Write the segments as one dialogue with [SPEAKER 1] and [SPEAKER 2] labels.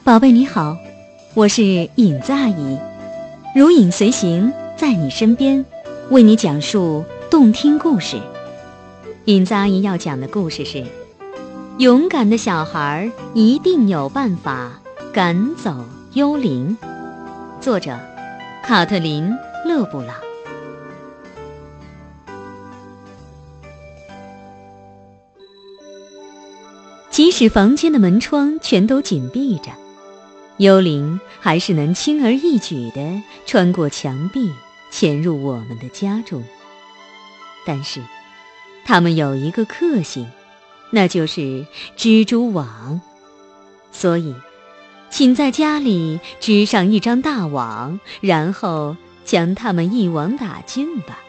[SPEAKER 1] 宝贝你好，我是影子阿姨，如影随形，在你身边，为你讲述动听故事。影子阿姨要讲的故事是：勇敢的小孩一定有办法赶走幽灵。作者卡特琳·勒布朗。即使房间的门窗全都紧闭着，幽灵还是能轻而易举地穿过墙壁，潜入我们的家中。但是，它们有一个克星，那就是蜘蛛网。所以，请在家里织上一张大网，然后将它们一网打尽吧。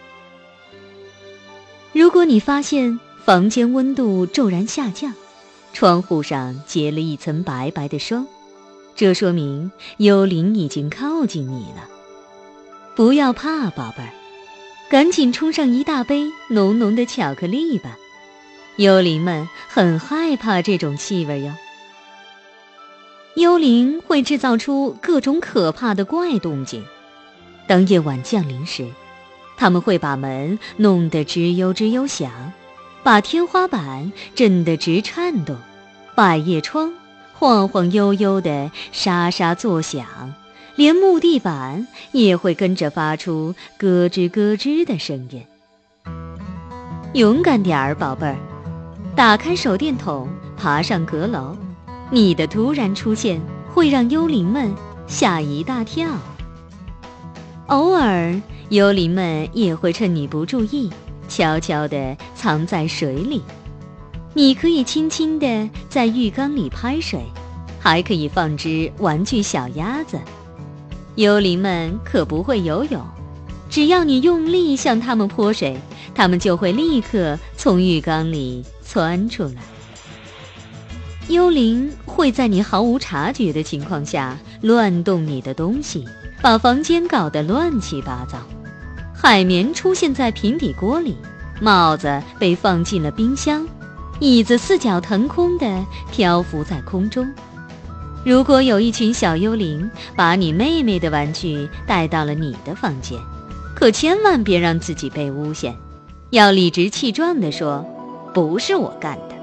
[SPEAKER 1] 如果你发现房间温度骤然下降，窗户上结了一层白白的霜，这说明幽灵已经靠近你了。不要怕，宝贝儿，赶紧冲上一大杯浓浓的巧克力吧。幽灵们很害怕这种气味哟。幽灵会制造出各种可怕的怪动静。当夜晚降临时，他们会把门弄得吱悠吱悠响，把天花板震得直颤动，百叶窗晃晃悠悠地沙沙作响，连木地板也会跟着发出咯吱咯吱的声音。勇敢点儿，宝贝儿，打开手电筒，爬上阁楼，你的突然出现会让幽灵们吓一大跳。偶尔，幽灵们也会趁你不注意，悄悄地藏在水里。你可以轻轻地在浴缸里拍水，还可以放只玩具小鸭子。幽灵们可不会游泳，只要你用力向它们泼水，它们就会立刻从浴缸里窜出来。幽灵会在你毫无察觉的情况下乱动你的东西，把房间搞得乱七八糟。海绵出现在平底锅里，帽子被放进了冰箱，椅子四脚腾空地漂浮在空中。如果有一群小幽灵把你妹妹的玩具带到了你的房间，可千万别让自己被诬陷，要理直气壮地说，不是我干的。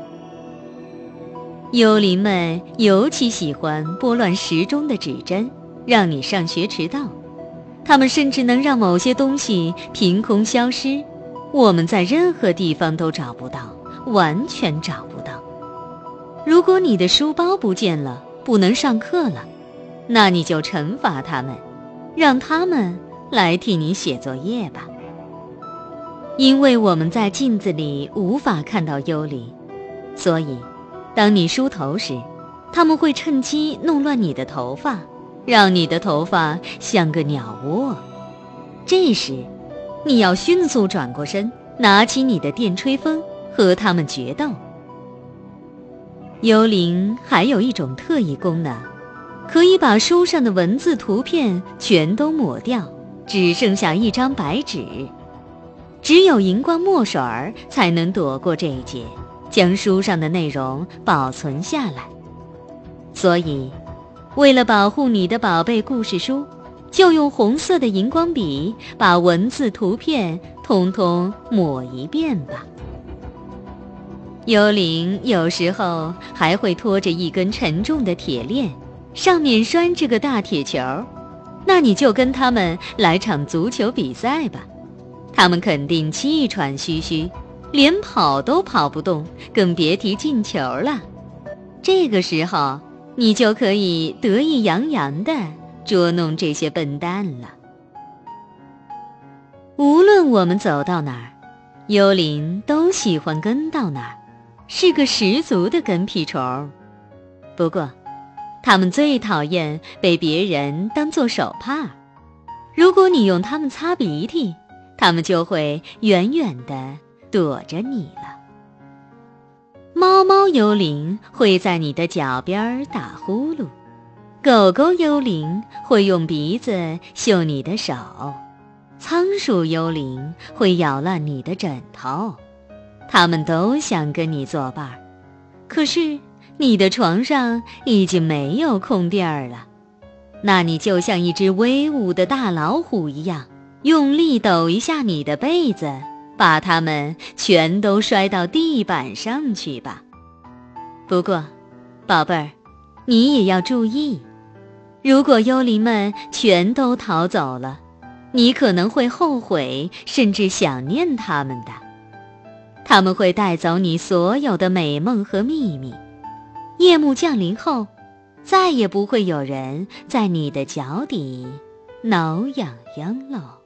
[SPEAKER 1] 幽灵们尤其喜欢拨乱时钟的指针，让你上学迟到。他们甚至能让某些东西凭空消失，我们在任何地方都找不到，完全找不到。如果你的书包不见了，不能上课了，那你就惩罚他们，让他们来替你写作业吧。因为我们在镜子里无法看到幽灵，所以当你梳头时，他们会趁机弄乱你的头发，让你的头发像个鸟窝。这时，你要迅速转过身，拿起你的电吹风，和他们决斗。幽灵还有一种特异功能，可以把书上的文字图片全都抹掉，只剩下一张白纸。只有荧光墨水才能躲过这一劫，将书上的内容保存下来。所以，为了保护你的宝贝故事书，就用红色的荧光笔把文字图片统统抹一遍吧。幽灵有时候还会拖着一根沉重的铁链，上面拴着个大铁球，那你就跟他们来场足球比赛吧。他们肯定气喘吁吁，连跑都跑不动，更别提进球了。这个时候，你就可以得意洋洋地捉弄这些笨蛋了。无论我们走到哪儿，幽灵都喜欢跟到哪儿，是个十足的跟屁虫。不过，他们最讨厌被别人当作手帕。如果你用它们擦鼻涕，他们就会远远地躲着你了。猫猫幽灵会在你的脚边打呼噜，狗狗幽灵会用鼻子嗅你的手，仓鼠幽灵会咬烂你的枕头。它们都想跟你作伴，可是你的床上已经没有空地儿了，那你就像一只威武的大老虎一样，用力抖一下你的被子，把它们全都摔到地板上去吧。不过，宝贝儿，你也要注意，如果幽灵们全都逃走了，你可能会后悔，甚至想念他们的。他们会带走你所有的美梦和秘密。夜幕降临后，再也不会有人在你的脚底挠痒痒喽。